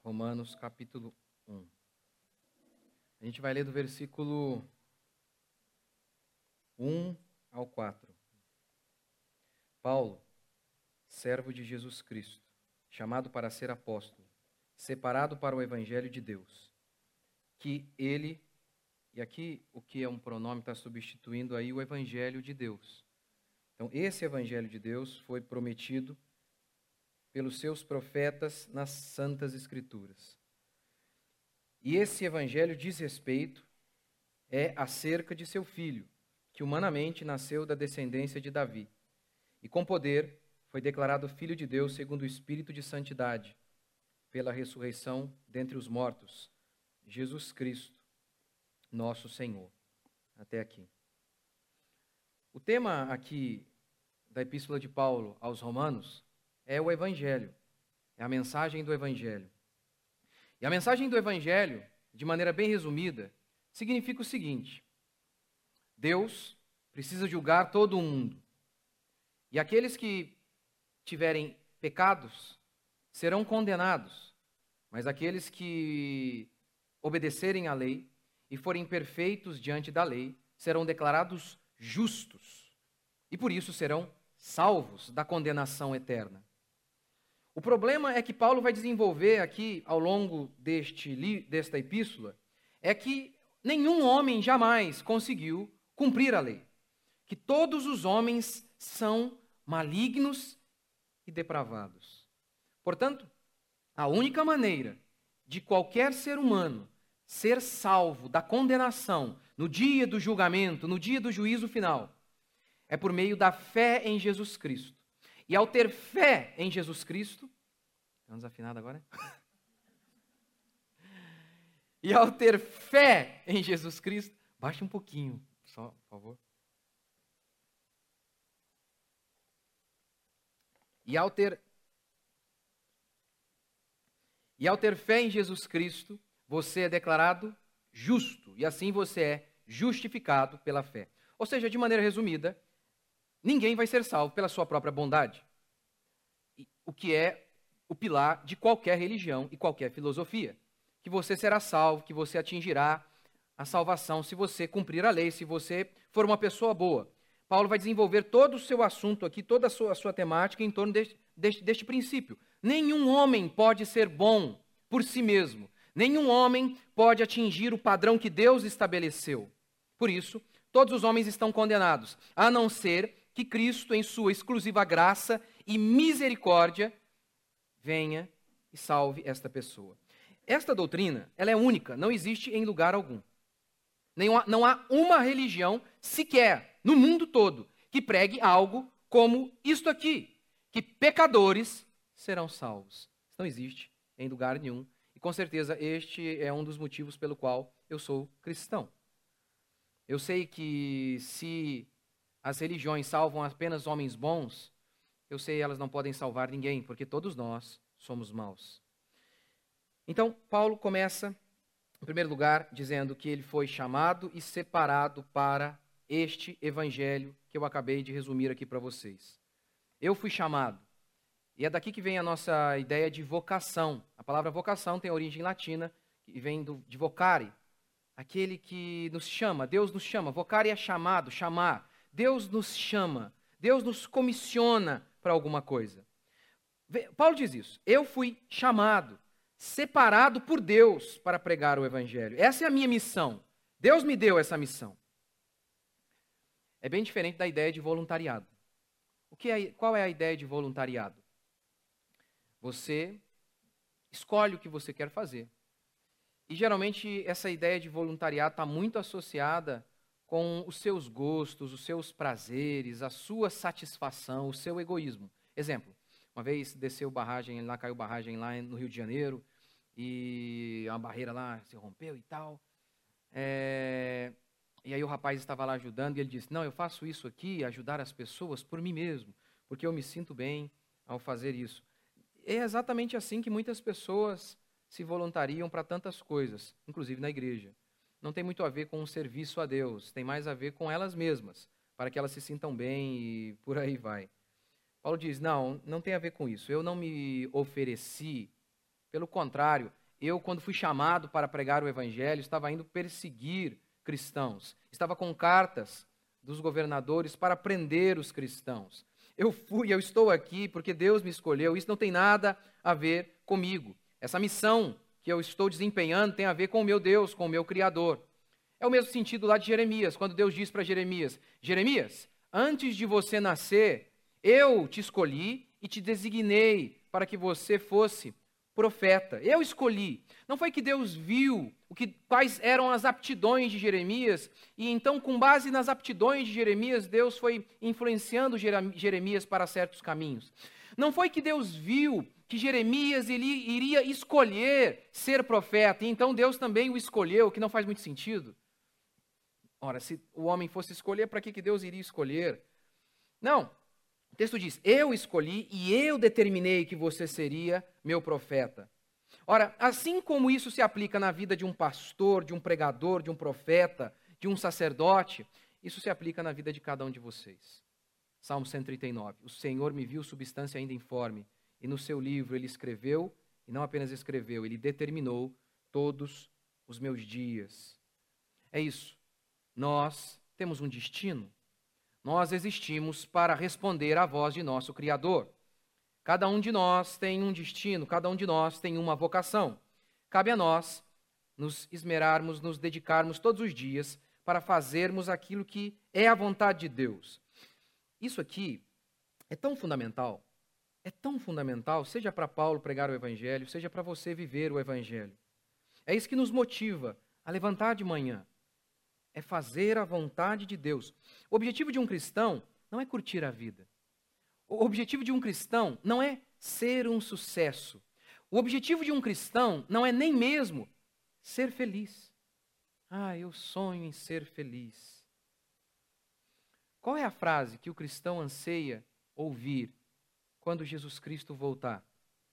Romanos capítulo 1. A gente vai ler do versículo 1 ao 4. Paulo, servo de Jesus Cristo, chamado para ser apóstolo, separado para o evangelho de Deus, que ele, e aqui o que é um pronome está substituindo aí o evangelho de Deus. Então, esse evangelho de Deus foi prometido pelos seus profetas nas Santas Escrituras. E esse evangelho diz respeito acerca de seu filho, que humanamente nasceu da descendência de Davi, e com poder foi declarado filho de Deus segundo o Espírito de santidade, pela ressurreição dentre os mortos, Jesus Cristo, nosso Senhor. Até aqui. O tema aqui da Epístola de Paulo aos Romanos é o Evangelho, é a mensagem do Evangelho. E a mensagem do Evangelho, de maneira bem resumida, significa o seguinte: Deus precisa julgar todo o mundo. E aqueles que tiverem pecados serão condenados, mas aqueles que obedecerem à lei e forem perfeitos diante da lei serão declarados justos e por isso serão salvos da condenação eterna. O problema é que Paulo vai desenvolver aqui ao longo desta epístola é que nenhum homem jamais conseguiu cumprir a lei, que todos os homens são malignos e depravados. Portanto, a única maneira de qualquer ser humano ser salvo da condenação no dia do julgamento, no dia do juízo final, é por meio da fé em Jesus Cristo. E ao ter fé em Jesus Cristo, estamos afinados agora? E ao ter fé em Jesus Cristo, baixa um pouquinho, só, por favor. E ao ter fé em Jesus Cristo, você é declarado justo, e assim você é justificado pela fé. Ou seja, de maneira resumida, ninguém vai ser salvo pela sua própria bondade, o que é o pilar de qualquer religião e qualquer filosofia. Que você será salvo, que você atingirá a salvação se você cumprir a lei, se você for uma pessoa boa. Paulo vai desenvolver todo o seu assunto aqui, toda a sua temática em torno deste princípio. Nenhum homem pode ser bom por si mesmo. Nenhum homem pode atingir o padrão que Deus estabeleceu. Por isso, todos os homens estão condenados, a não ser que Cristo, em sua exclusiva graça e misericórdia, venha e salve esta pessoa. Esta doutrina, ela é única, não existe em lugar algum. Não há uma religião sequer no mundo todo que pregue algo como isto aqui, que pecadores serão salvos. Isso não existe em lugar nenhum. E com certeza este é um dos motivos pelo qual eu sou cristão. Eu sei que se as religiões salvam apenas homens bons, eu sei elas não podem salvar ninguém, porque todos nós somos maus. Então, Paulo começa, em primeiro lugar, dizendo que ele foi chamado e separado para este evangelho que eu acabei de resumir aqui para vocês. Eu fui chamado. E é daqui que vem a nossa ideia de vocação. A palavra vocação tem origem latina, que vem de vocare, aquele que nos chama, Deus nos chama. Vocare é chamado, chamar. Deus nos chama, Deus nos comissiona para alguma coisa. Paulo diz isso, eu fui chamado, separado por Deus para pregar o evangelho. Essa é a minha missão. Deus me deu essa missão. É bem diferente da ideia de voluntariado. Qual é a ideia de voluntariado? Você escolhe o que você quer fazer. E geralmente essa ideia de voluntariado está muito associada com os seus gostos, os seus prazeres, a sua satisfação, o seu egoísmo. Exemplo, uma vez caiu barragem lá no Rio de Janeiro, e uma barreira lá se rompeu e tal. E aí o rapaz estava lá ajudando e ele disse, não, eu faço isso aqui, ajudar as pessoas por mim mesmo, porque eu me sinto bem ao fazer isso. É exatamente assim que muitas pessoas se voluntariam para tantas coisas, inclusive na igreja. Não tem muito a ver com o serviço a Deus, tem mais a ver com elas mesmas, para que elas se sintam bem e por aí vai. Paulo diz, não tem a ver com isso. Eu não me ofereci Pelo contrário, eu, quando fui chamado para pregar o evangelho, estava indo perseguir cristãos. Estava com cartas dos governadores para prender os cristãos. Eu estou aqui porque Deus me escolheu. Isso não tem nada a ver comigo. Essa missão que eu estou desempenhando tem a ver com o meu Deus, com o meu Criador. É o mesmo sentido lá de Jeremias, quando Deus diz para Jeremias: Jeremias, antes de você nascer, eu te escolhi e te designei para que você fosse profeta. Eu escolhi. Não foi que Deus viu quais eram as aptidões de Jeremias, e então, com base nas aptidões de Jeremias, Deus foi influenciando Jeremias para certos caminhos. Não foi que Deus viu que Jeremias ele iria escolher ser profeta, e então Deus também o escolheu, o que não faz muito sentido. Ora, se o homem fosse escolher, para que Deus iria escolher? Não. O texto diz: eu escolhi e eu determinei que você seria meu profeta. Ora, assim como isso se aplica na vida de um pastor, de um pregador, de um profeta, de um sacerdote, isso se aplica na vida de cada um de vocês. Salmo 139. O Senhor me viu substância ainda informe, e no seu livro ele escreveu, e não apenas escreveu, ele determinou todos os meus dias. É isso. Nós temos um destino. Nós existimos para responder à voz de nosso Criador. Cada um de nós tem um destino, cada um de nós tem uma vocação. Cabe a nós nos esmerarmos, nos dedicarmos todos os dias para fazermos aquilo que é a vontade de Deus. Isso aqui é tão fundamental, seja para Paulo pregar o Evangelho, seja para você viver o Evangelho. É isso que nos motiva a levantar de manhã. É fazer a vontade de Deus. O objetivo de um cristão não é curtir a vida. O objetivo de um cristão não é ser um sucesso. O objetivo de um cristão não é nem mesmo ser feliz. Ah, eu sonho em ser feliz. Qual é a frase que o cristão anseia ouvir quando Jesus Cristo voltar?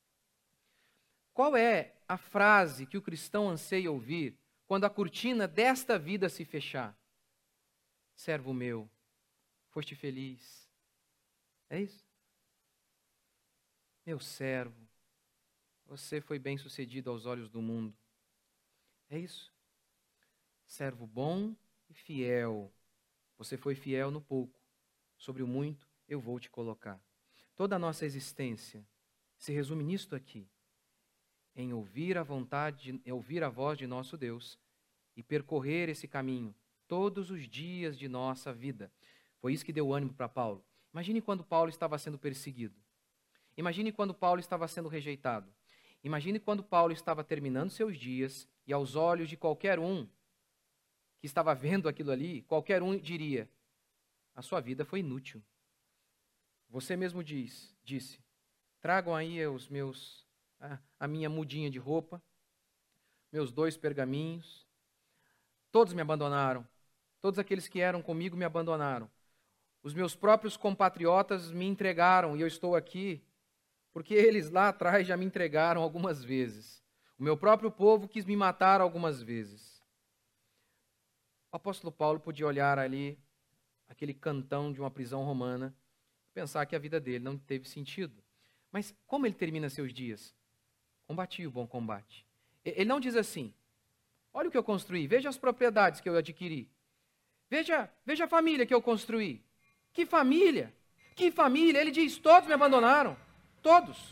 Qual é a frase que o cristão anseia ouvir quando a cortina desta vida se fechar? Servo meu, foste feliz. É isso? Meu servo, você foi bem-sucedido aos olhos do mundo. É isso? Servo bom e fiel. Você foi fiel no pouco. Sobre o muito, eu vou te colocar. Toda a nossa existência se resume nisto aqui. Em ouvir a voz de nosso Deus e percorrer esse caminho todos os dias de nossa vida. Foi isso que deu ânimo para Paulo. Imagine quando Paulo estava sendo perseguido. Imagine quando Paulo estava sendo rejeitado. Imagine quando Paulo estava terminando seus dias e aos olhos de qualquer um que estava vendo aquilo ali, qualquer um diria: a sua vida foi inútil. Você mesmo disse: tragam aí a minha mudinha de roupa, meus 2 pergaminhos. Todos me abandonaram. Todos aqueles que eram comigo me abandonaram. Os meus próprios compatriotas me entregaram e eu estou aqui porque eles lá atrás já me entregaram algumas vezes. O meu próprio povo quis me matar algumas vezes. O apóstolo Paulo podia olhar ali aquele cantão de uma prisão romana e pensar que a vida dele não teve sentido. Mas como ele termina seus dias? Combati o bom combate. Ele não diz assim: olha o que eu construí, veja as propriedades que eu adquiri. Veja a família que eu construí. Que família? Que família? Ele diz: todos me abandonaram. Todos.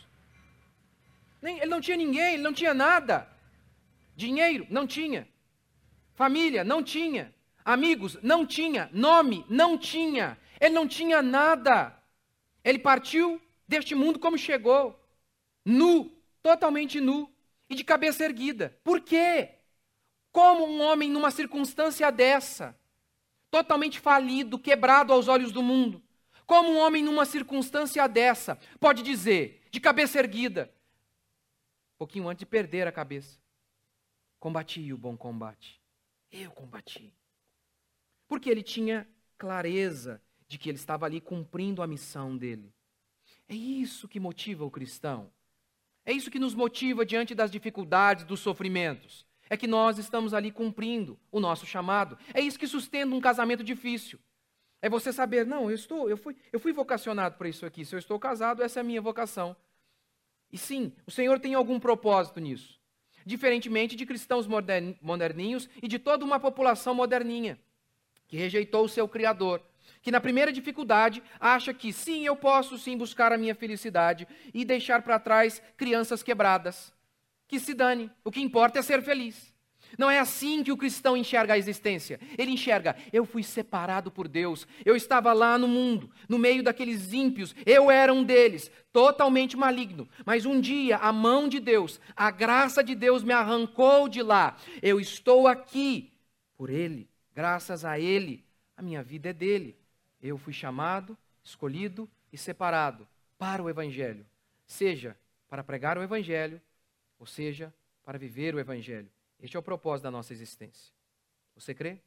Ele não tinha ninguém, ele não tinha nada. Dinheiro, não tinha. Família, não tinha. Amigos, não tinha. Nome, não tinha. Ele não tinha nada. Ele partiu deste mundo como chegou. Nu, totalmente nu e de cabeça erguida. Por quê? Como um homem numa circunstância dessa, totalmente falido, quebrado aos olhos do mundo, como um homem numa circunstância dessa pode dizer, de cabeça erguida, pouquinho antes de perder a cabeça: combati o bom combate. Eu combati. Porque ele tinha clareza de que ele estava ali cumprindo a missão dele. É isso que motiva o cristão. É isso que nos motiva diante das dificuldades, dos sofrimentos. É que nós estamos ali cumprindo o nosso chamado. É isso que sustenta um casamento difícil. É você saber: não, eu fui vocacionado para isso aqui. Se eu estou casado, essa é a minha vocação. E sim, o Senhor tem algum propósito nisso. Diferentemente de cristãos moderninhos e de toda uma população moderninha, que rejeitou o seu Criador, que na primeira dificuldade acha que sim, eu posso sim buscar a minha felicidade e deixar para trás crianças quebradas. Que se dane, o que importa é ser feliz. Não é assim que o cristão enxerga a existência. Ele enxerga, eu fui separado por Deus, eu estava lá no mundo, no meio daqueles ímpios, eu era um deles, totalmente maligno. Mas um dia a mão de Deus, a graça de Deus me arrancou de lá. Eu estou aqui por Ele, graças a Ele, a minha vida é dele. Eu fui chamado, escolhido e separado para o Evangelho, seja para pregar o Evangelho, ou seja, para viver o Evangelho. Este é o propósito da nossa existência. Você crê?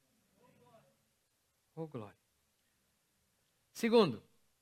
Oh, glória. Segundo,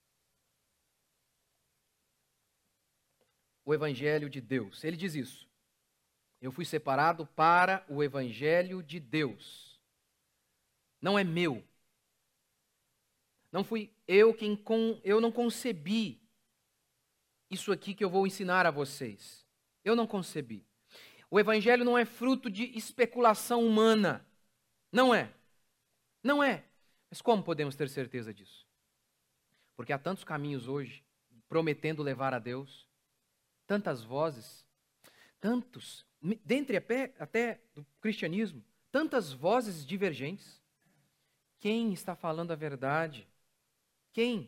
o Evangelho de Deus. Ele diz isso. Eu fui separado para o Evangelho de Deus. Não é meu. Não fui eu eu não concebi isso aqui que eu vou ensinar a vocês. Eu não concebi. O Evangelho não é fruto de especulação humana. Não é. Não é. Mas como podemos ter certeza disso? Porque há tantos caminhos hoje, prometendo levar a Deus, tantas vozes, tantos, dentre até do cristianismo, tantas vozes divergentes. Quem está falando a verdade? Quem?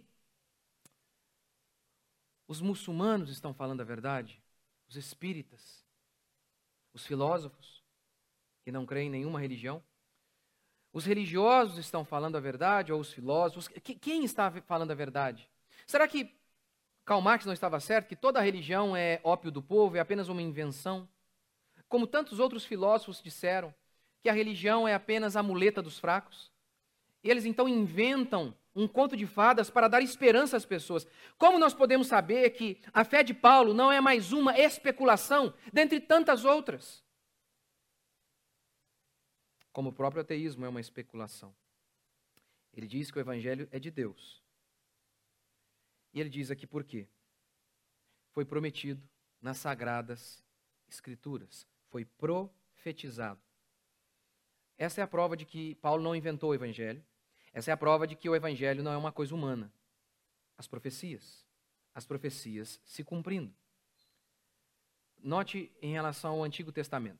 Os muçulmanos estão falando a verdade? Os espíritas? Os filósofos, que não creem em nenhuma religião? Os religiosos estão falando a verdade, ou os filósofos? Quem está falando a verdade? Será que Karl Marx não estava certo, que toda religião é ópio do povo, é apenas uma invenção? Como tantos outros filósofos disseram, que a religião é apenas a muleta dos fracos? E eles então inventam um conto de fadas para dar esperança às pessoas. Como nós podemos saber que a fé de Paulo não é mais uma especulação dentre tantas outras? Como o próprio ateísmo é uma especulação. Ele diz que o Evangelho é de Deus. E ele diz aqui por quê. Foi prometido nas Sagradas Escrituras. Foi profetizado. Essa é a prova de que Paulo não inventou o Evangelho. Essa é a prova de que o Evangelho não é uma coisa humana. As profecias se cumprindo. Note em relação ao Antigo Testamento.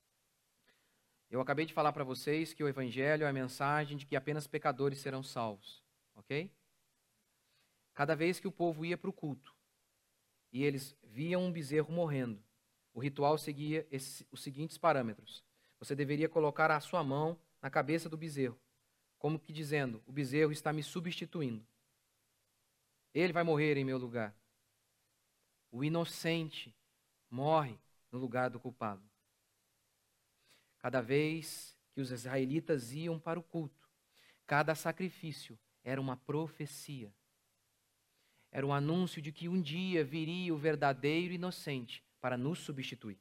Eu acabei de falar para vocês que o Evangelho é a mensagem de que apenas pecadores serão salvos. Ok? Cada vez que o povo ia para o culto e eles viam um bezerro morrendo, o ritual seguia os seguintes parâmetros. Você deveria colocar a sua mão na cabeça do bezerro, como que dizendo, o bezerro está me substituindo. Ele vai morrer em meu lugar. O inocente morre no lugar do culpado. Cada vez que os israelitas iam para o culto, cada sacrifício era uma profecia. Era um anúncio de que um dia viria o verdadeiro inocente para nos substituir.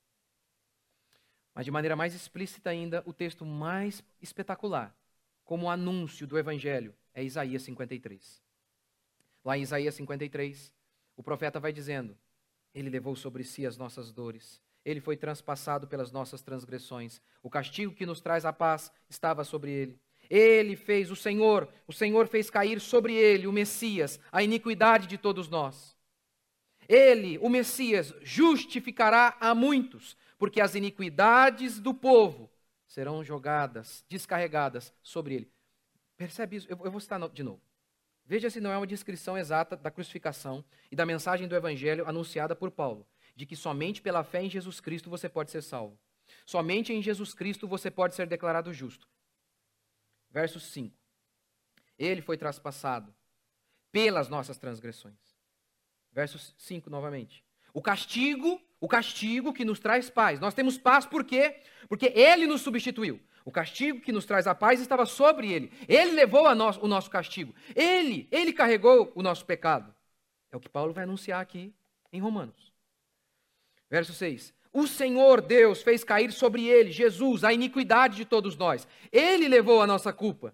Mas de maneira mais explícita ainda, o texto mais espetacular, como anúncio do Evangelho, é Isaías 53. Lá em Isaías 53, o profeta vai dizendo, ele levou sobre si as nossas dores, ele foi transpassado pelas nossas transgressões, o castigo que nos traz a paz estava sobre ele. Ele fez, o Senhor fez cair sobre ele, o Messias, a iniquidade de todos nós. Ele, o Messias, justificará a muitos, porque as iniquidades do povo serão jogadas, descarregadas sobre ele. Percebe isso? Eu vou citar de novo. Veja se não é uma descrição exata da crucificação e da mensagem do Evangelho anunciada por Paulo, de que somente pela fé em Jesus Cristo você pode ser salvo. Somente em Jesus Cristo você pode ser declarado justo. Verso 5. Ele foi traspassado pelas nossas transgressões. Verso 5 novamente. O castigo que nos traz paz. Nós temos paz por quê? Porque ele nos substituiu. O castigo que nos traz a paz estava sobre ele. Ele levou o nosso castigo. Ele carregou o nosso pecado. É o que Paulo vai anunciar aqui em Romanos. Verso 6. O Senhor Deus fez cair sobre ele, Jesus, a iniquidade de todos nós. Ele levou a nossa culpa.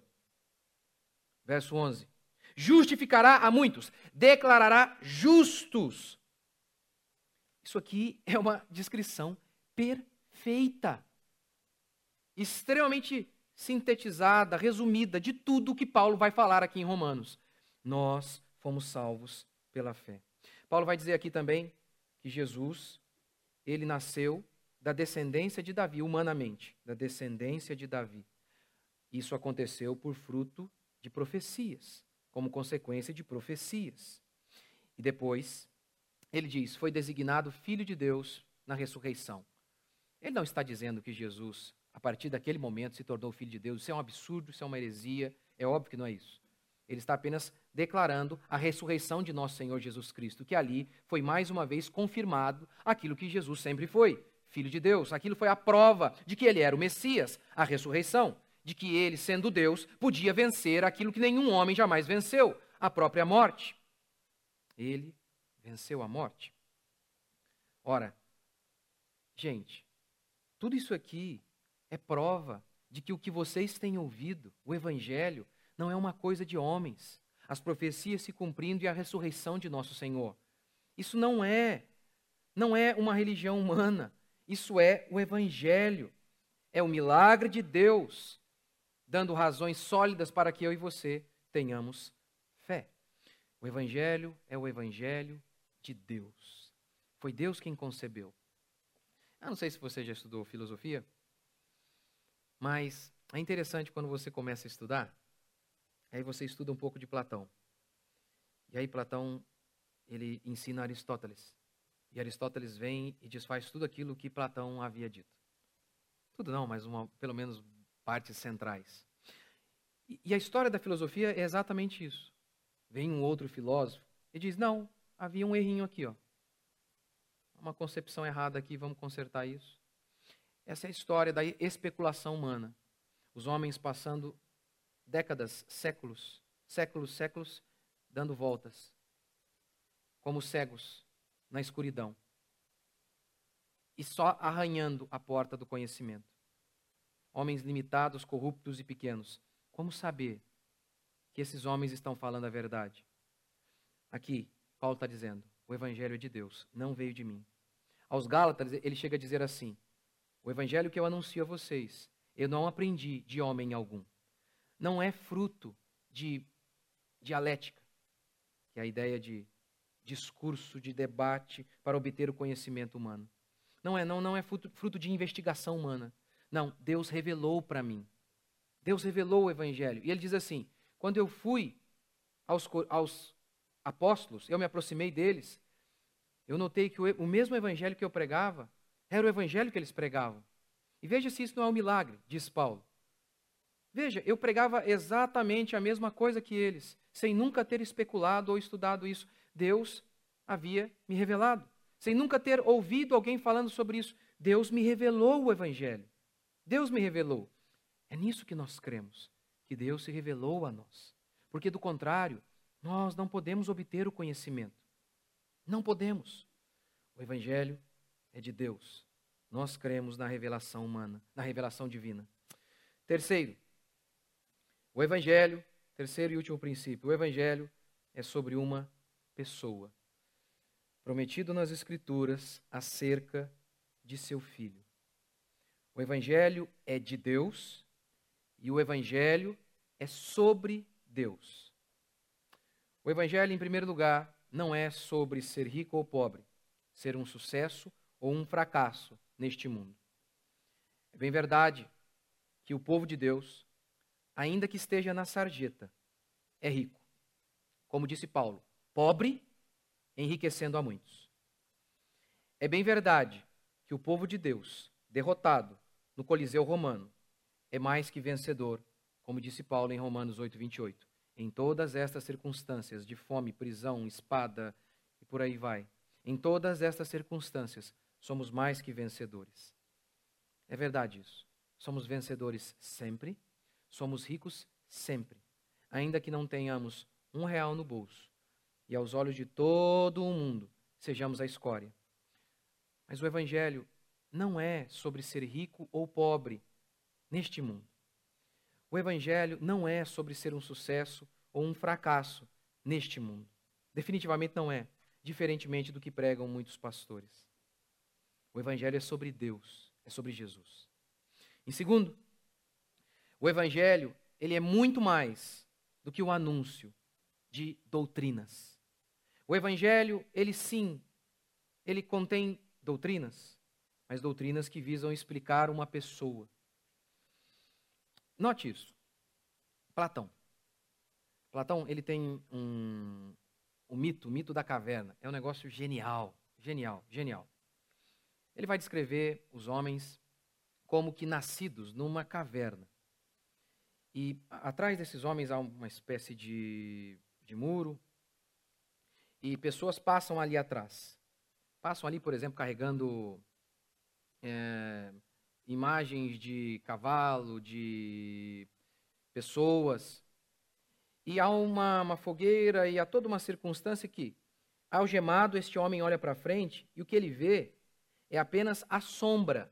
Verso 11. Justificará a muitos, declarará justos Isso aqui é uma descrição perfeita, extremamente sintetizada, resumida de tudo que Paulo vai falar aqui em Romanos. Nós fomos salvos pela fé. Paulo vai dizer aqui também que Jesus, ele nasceu da descendência de Davi, humanamente, da descendência de Davi. Isso aconteceu por fruto de profecias, como consequência de profecias. E depois, ele diz, foi designado Filho de Deus na ressurreição. Ele não está dizendo que Jesus, a partir daquele momento, se tornou Filho de Deus. Isso é um absurdo, isso é uma heresia, é óbvio que não é isso. Ele está apenas declarando a ressurreição de nosso Senhor Jesus Cristo, que ali foi mais uma vez confirmado aquilo que Jesus sempre foi, Filho de Deus. Aquilo foi a prova de que ele era o Messias, a ressurreição, de que ele, sendo Deus, podia vencer aquilo que nenhum homem jamais venceu, a própria morte. Ele venceu a morte. Ora, gente, tudo isso aqui é prova de que o que vocês têm ouvido, o Evangelho, não é uma coisa de homens. As profecias se cumprindo e a ressurreição de nosso Senhor. Isso não é uma religião humana. Isso é o Evangelho. É o milagre de Deus, dando razões sólidas para que eu e você tenhamos fé. O Evangelho é o Evangelho de Deus. Foi Deus quem concebeu. Eu não sei se você já estudou filosofia, mas é interessante quando você começa a estudar, aí você estuda um pouco de Platão. E aí Platão, ele ensina Aristóteles. E Aristóteles vem e desfaz tudo aquilo que Platão havia dito. Tudo não, mas pelo menos partes centrais. E a história da filosofia é exatamente isso. Vem um outro filósofo e diz, não, havia um errinho aqui, ó. Uma concepção errada aqui, vamos consertar isso. Essa é a história da especulação humana. Os homens passando décadas, séculos, dando voltas, como cegos na escuridão, e só arranhando a porta do conhecimento. Homens limitados, corruptos e pequenos. Como saber que esses homens estão falando a verdade? Aqui, Paulo está dizendo, o Evangelho é de Deus, não veio de mim. Aos Gálatas, ele chega a dizer assim, o Evangelho que eu anuncio a vocês, eu não aprendi de homem algum. Não é fruto de dialética, que é a ideia de discurso, de debate para obter o conhecimento humano. Não é fruto de investigação humana. Não, Deus revelou para mim. Deus revelou o Evangelho. E ele diz assim, quando eu fui aos apóstolos, eu me aproximei deles, eu notei que o mesmo Evangelho que eu pregava era o Evangelho que eles pregavam. E veja se isso não é um milagre, diz Paulo. Veja, eu pregava exatamente a mesma coisa que eles, sem nunca ter especulado ou estudado isso. Deus havia me revelado. Sem nunca ter ouvido alguém falando sobre isso. Deus me revelou o Evangelho. Deus me revelou. É nisso que nós cremos, que Deus se revelou a nós. Porque, do contrário, nós não podemos obter o conhecimento. Não podemos. O Evangelho é de Deus. Nós cremos na revelação humana, na revelação divina. Terceiro, o Evangelho, terceiro e último princípio, o Evangelho é sobre uma pessoa, prometido nas Escrituras acerca de seu Filho. O Evangelho é de Deus e o Evangelho é sobre Deus. O Evangelho, em primeiro lugar, não é sobre ser rico ou pobre, ser um sucesso ou um fracasso neste mundo. É bem verdade que o povo de Deus, ainda que esteja na sarjeta, é rico. Como disse Paulo, pobre, enriquecendo a muitos. É bem verdade que o povo de Deus, derrotado no Coliseu Romano, é mais que vencedor, como disse Paulo em Romanos 8:28. Em todas estas circunstâncias de fome, prisão, espada e por aí vai, em todas estas circunstâncias, somos mais que vencedores. É verdade isso. Somos vencedores sempre, somos ricos sempre, ainda que não tenhamos R$1 no bolso e aos olhos de todo o mundo sejamos a escória. Mas o Evangelho não é sobre ser rico ou pobre neste mundo. O Evangelho não é sobre ser um sucesso ou um fracasso neste mundo. Definitivamente não é, diferentemente do que pregam muitos pastores. O Evangelho é sobre Deus, é sobre Jesus. Em segundo, o Evangelho, ele é muito mais do que o anúncio de doutrinas. O Evangelho, ele sim, ele contém doutrinas, mas doutrinas que visam explicar uma pessoa. Note isso. Platão. Platão, ele tem um mito, o mito da caverna. É um negócio genial, genial, genial. Ele vai descrever os homens como que nascidos numa caverna. E atrás desses homens há uma espécie de muro, e pessoas passam ali atrás. Passam ali, por exemplo, carregando imagens de cavalo, de pessoas. E há uma fogueira e há toda uma circunstância que, algemado, este homem olha para frente e o que ele vê é apenas a sombra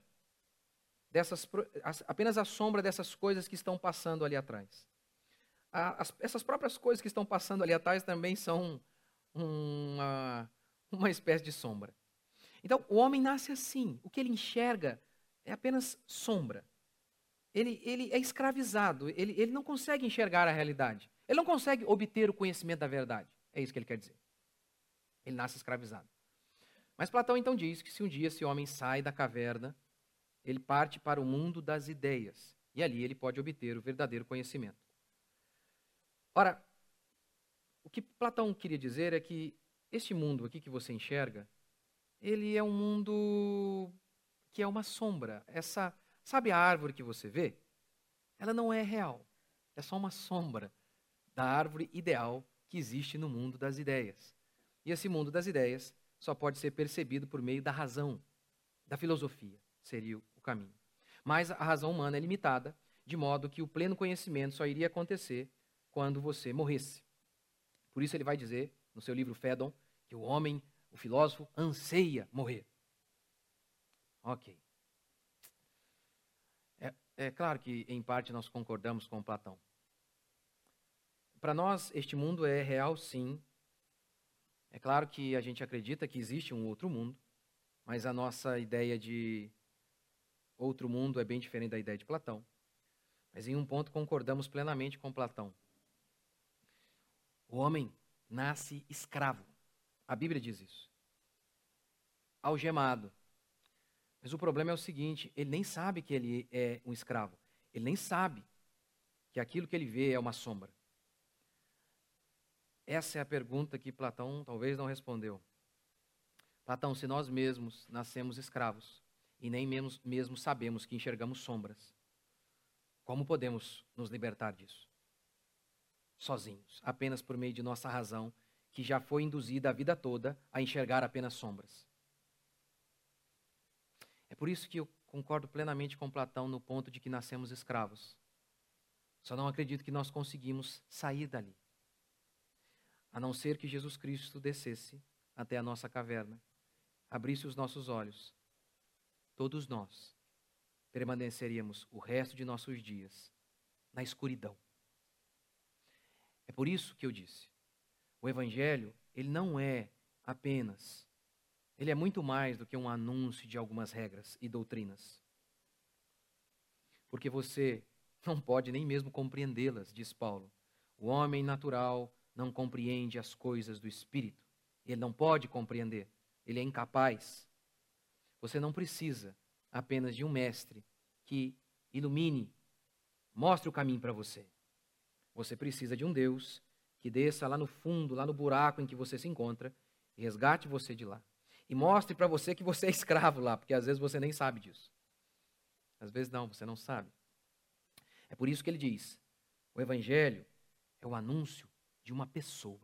dessas coisas que estão passando ali atrás. Essas próprias coisas que estão passando ali atrás também são uma espécie de sombra. Então, o homem nasce assim. O que ele enxerga é apenas sombra. Ele é escravizado. Ele não consegue enxergar a realidade. Ele não consegue obter o conhecimento da verdade. É isso que ele quer dizer. Ele nasce escravizado. Mas Platão então diz que se um dia esse homem sai da caverna, ele parte para o mundo das ideias. E ali ele pode obter o verdadeiro conhecimento. Ora, o que Platão queria dizer é que este mundo aqui que você enxerga, ele é um mundo que é uma sombra. Sabe a árvore que você vê? Ela não é real. É só uma sombra da árvore ideal que existe no mundo das ideias. E esse mundo das ideias só pode ser percebido por meio da razão, da filosofia, seria o caminho. Mas a razão humana é limitada, de modo que o pleno conhecimento só iria acontecer quando você morresse. Por isso ele vai dizer, no seu livro Fédon, que o homem, o filósofo, anseia morrer. Ok. É claro que, em parte, nós concordamos com Platão. Para nós, este mundo é real, sim. É claro que a gente acredita que existe um outro mundo, mas a nossa ideia de outro mundo é bem diferente da ideia de Platão. Mas em um ponto concordamos plenamente com Platão. O homem nasce escravo. A Bíblia diz isso. Algemado. Mas o problema é o seguinte, ele nem sabe que ele é um escravo. Ele nem sabe que aquilo que ele vê é uma sombra. Essa é a pergunta que Platão talvez não respondeu. Platão, se nós mesmos nascemos escravos e nem mesmo sabemos que enxergamos sombras, como podemos nos libertar disso? Sozinhos, apenas por meio de nossa razão, que já foi induzida a vida toda a enxergar apenas sombras. É por isso que eu concordo plenamente com Platão no ponto de que nascemos escravos. Só não acredito que nós conseguimos sair dali. A não ser que Jesus Cristo descesse até a nossa caverna, abrisse os nossos olhos, todos nós permaneceríamos o resto de nossos dias na escuridão. É por isso que eu disse, o Evangelho, ele não é apenas, ele é muito mais do que um anúncio de algumas regras e doutrinas. Porque você não pode nem mesmo compreendê-las, diz Paulo. O homem natural não compreende as coisas do Espírito. Ele não pode compreender. Ele é incapaz. Você não precisa apenas de um mestre que ilumine, mostre o caminho para você. Você precisa de um Deus que desça lá no fundo, lá no buraco em que você se encontra, e resgate você de lá. E mostre para você que você é escravo lá, porque às vezes você nem sabe disso. Às vezes não, você não sabe. É por isso que ele diz, o Evangelho é o anúncio de uma pessoa.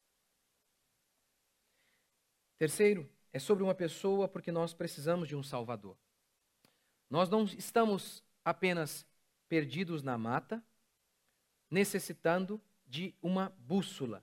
Terceiro, é sobre uma pessoa porque nós precisamos de um Salvador. Nós não estamos apenas perdidos na mata, necessitando de uma bússola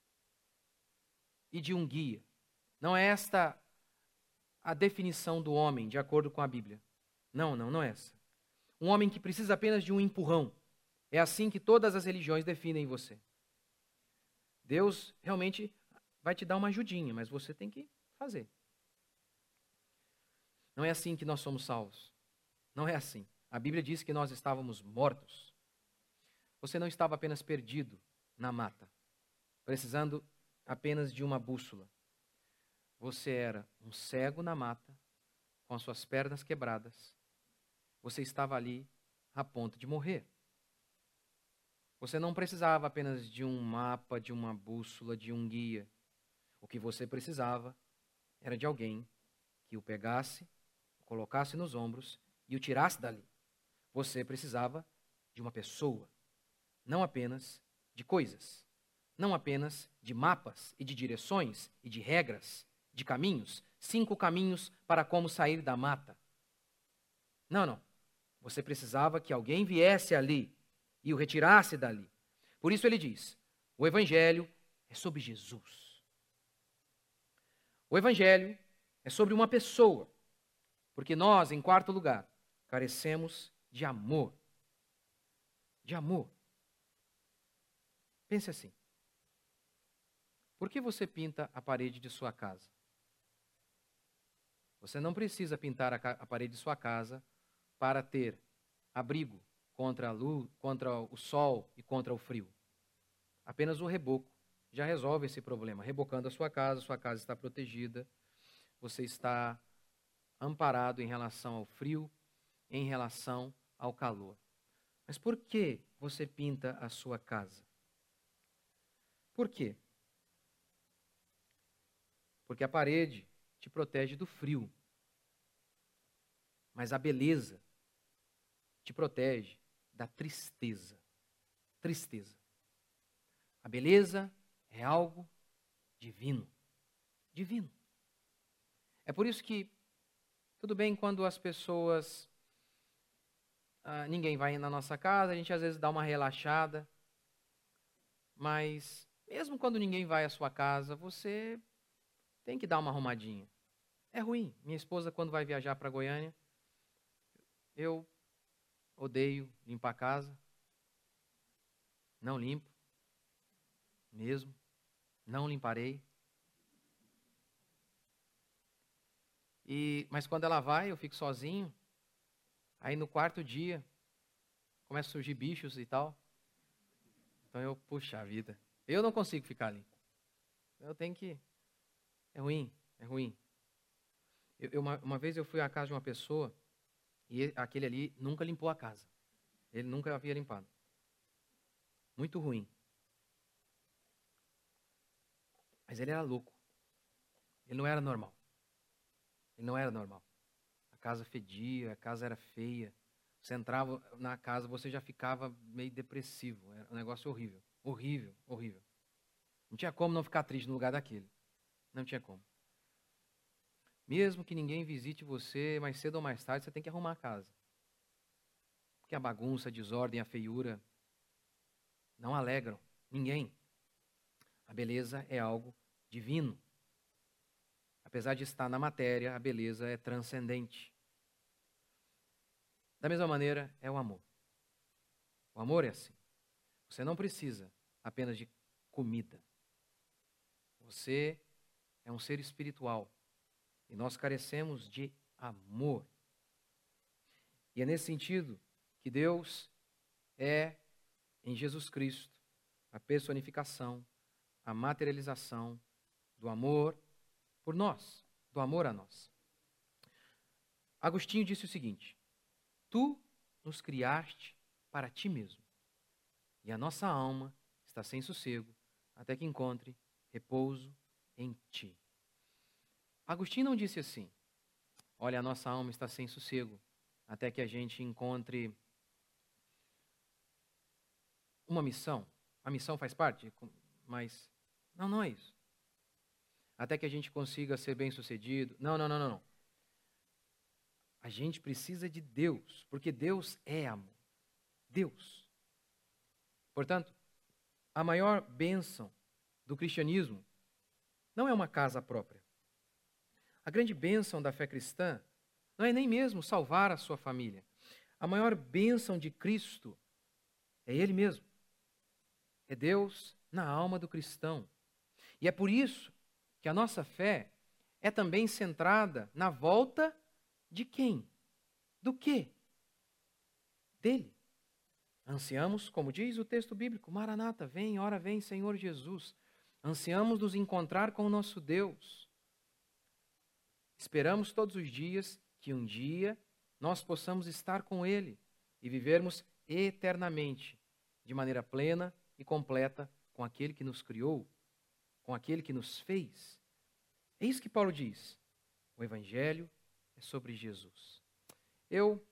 e de um guia. Não é esta a definição do homem, de acordo com a Bíblia. Não é essa. Um homem que precisa apenas de um empurrão. É assim que todas as religiões definem você. Deus realmente vai te dar uma ajudinha, mas você tem que fazer. Não é assim que nós somos salvos. Não é assim. A Bíblia diz que nós estávamos mortos. Você não estava apenas perdido na mata, precisando apenas de uma bússola. Você era um cego na mata, com as suas pernas quebradas. Você estava ali a ponto de morrer. Você não precisava apenas de um mapa, de uma bússola, de um guia. O que você precisava era de alguém que o pegasse, o colocasse nos ombros e o tirasse dali. Você precisava de uma pessoa, não apenas de coisas, não apenas de mapas e de direções e de regras, de caminhos, 5 caminhos para como sair da mata. Não, não. Você precisava que alguém viesse ali e o retirasse dali. Por isso ele diz, o Evangelho é sobre Jesus. O Evangelho é sobre uma pessoa, porque nós, em quarto lugar, carecemos de amor. De amor. Pense assim. Por que você pinta a parede de sua casa? Você não precisa pintar a parede de sua casa para ter abrigo contra a luz, contra o sol e contra o frio. Apenas o reboco já resolve esse problema. Rebocando a sua casa está protegida, você está amparado em relação ao frio, em relação ao calor. Mas por que você pinta a sua casa? Por quê? Porque a parede te protege do frio. Mas a beleza te protege da tristeza. Tristeza. A beleza é algo divino. Divino. É por isso que, tudo bem quando as pessoas... ninguém vai na nossa casa, a gente às vezes dá uma relaxada. Mas, mesmo quando ninguém vai à sua casa, você tem que dar uma arrumadinha. É ruim. Minha esposa, quando vai viajar para Goiânia, eu odeio limpar a casa. Não limpo. Mesmo. Não limparei. Mas quando ela vai, eu fico sozinho. Aí no quarto dia, começa a surgir bichos e tal. Então eu, puxa a vida. Eu não consigo ficar limpo. Eu tenho que... É ruim, é ruim. Uma vez eu fui à casa de uma pessoa e aquele ali nunca limpou a casa. Ele nunca havia limpado. Muito ruim. Mas ele era louco. Ele não era normal. Ele não era normal. A casa fedia, a casa era feia. Você entrava na casa, você já ficava meio depressivo. Era um negócio horrível. Horrível, horrível. Não tinha como não ficar triste no lugar daquele. Não tinha como. Mesmo que ninguém visite você, mais cedo ou mais tarde, você tem que arrumar a casa. Porque a bagunça, a desordem, a feiura não alegram ninguém. A beleza é algo divino. Apesar de estar na matéria, a beleza é transcendente. Da mesma maneira, é o amor. O amor é assim. Você não precisa apenas de comida. Você é um ser espiritual. E nós carecemos de amor. E é nesse sentido que Deus é, em Jesus Cristo, a personificação, a materialização do amor por nós, do amor a nós. Agostinho disse o seguinte: tu nos criaste para ti mesmo, e a nossa alma está sem sossego até que encontre repouso em ti. Agostinho não disse assim: olha, a nossa alma está sem sossego até que a gente encontre uma missão. A missão faz parte, mas não é isso. Até que a gente consiga ser bem-sucedido. Não. A gente precisa de Deus, porque Deus é amor. Deus. Portanto, a maior bênção do cristianismo não é uma casa própria. A grande bênção da fé cristã não é nem mesmo salvar a sua família. A maior bênção de Cristo é Ele mesmo. É Deus na alma do cristão. E é por isso que a nossa fé é também centrada na volta De quem? Do quê? Dele. Ansiamos, como diz o texto bíblico, Maranata, vem, ora vem, Senhor Jesus. Ansiamos nos encontrar com o nosso Deus. Esperamos todos os dias que um dia nós possamos estar com Ele e vivermos eternamente, de maneira plena e completa, com aquele que nos criou, com aquele que nos fez. É isso que Paulo diz. O Evangelho é sobre Jesus. Eu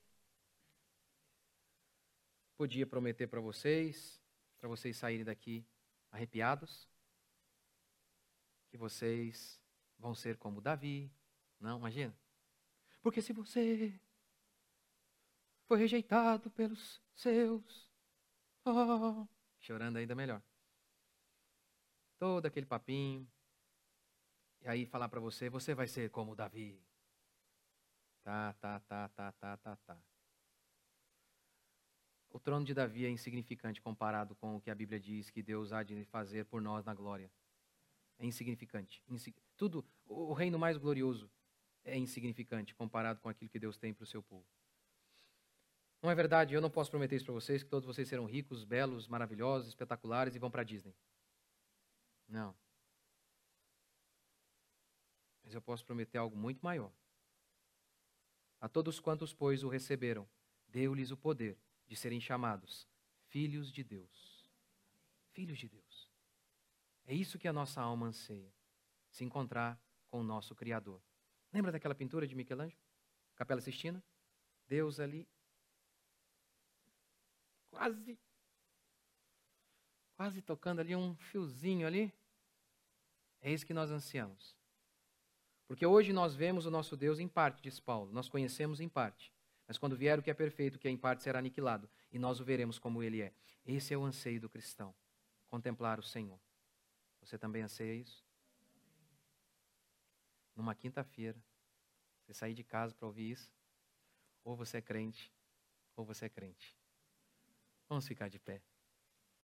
podia prometer para vocês saírem daqui arrepiados, que vocês vão ser como Davi. Não, imagina. Porque se você foi rejeitado pelos seus, chorando ainda melhor. Todo aquele papinho. E aí falar para você vai ser como Davi. Tá. O trono de Davi é insignificante comparado com o que a Bíblia diz que Deus há de fazer por nós na glória. É insignificante. Tudo, o reino mais glorioso é insignificante comparado com aquilo que Deus tem para o seu povo. Não é verdade? Eu não posso prometer isso para vocês, que todos vocês serão ricos, belos, maravilhosos, espetaculares e vão para a Disney. Não. Mas eu posso prometer algo muito maior. A todos quantos, pois, o receberam, deu-lhes o poder de serem chamados filhos de Deus. Filhos de Deus. É isso que a nossa alma anseia, se encontrar com o nosso Criador. Lembra daquela pintura de Michelangelo? Capela Sistina? Deus ali, quase tocando ali um fiozinho ali. É isso que nós ansiamos. Porque hoje nós vemos o nosso Deus em parte, diz Paulo. Nós conhecemos em parte. Mas quando vier o que é perfeito, o que é em parte será aniquilado. E nós o veremos como ele é. Esse é o anseio do cristão. Contemplar o Senhor. Você também anseia isso? Numa quinta-feira, você sair de casa para ouvir isso? Ou você é crente, ou você é crente. Vamos ficar de pé.